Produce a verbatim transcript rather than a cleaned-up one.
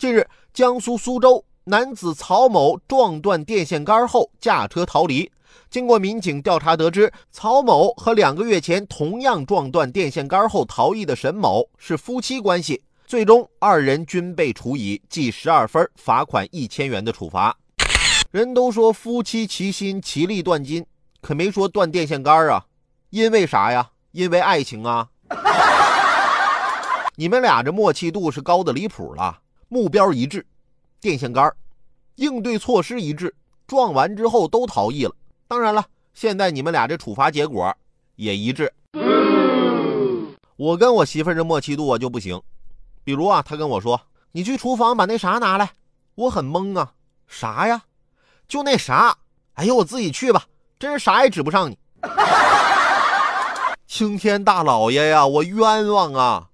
近日，江苏苏州男子曹某撞断电线杆后驾车逃离。经过民警调查得知，曹某和两个月前同样撞断电线杆后逃逸的沈某是夫妻关系，最终二人均被处以记十二分、罚款一千元的处罚。人都说夫妻齐心，其利断金，可没说断电线杆啊。因为啥呀？因为爱情啊。你们俩这默契度是高的离谱了，目标一致，电线杆，应对措施一致，撞完之后都逃逸了。当然了，现在你们俩这处罚结果也一致。我跟我媳妇儿这默契度啊就不行。比如啊，她跟我说，你去厨房把那啥拿来。我很懵啊，啥呀？就那啥。哎呦，我自己去吧，真是啥也指不上你。青天大老爷呀，我冤枉啊。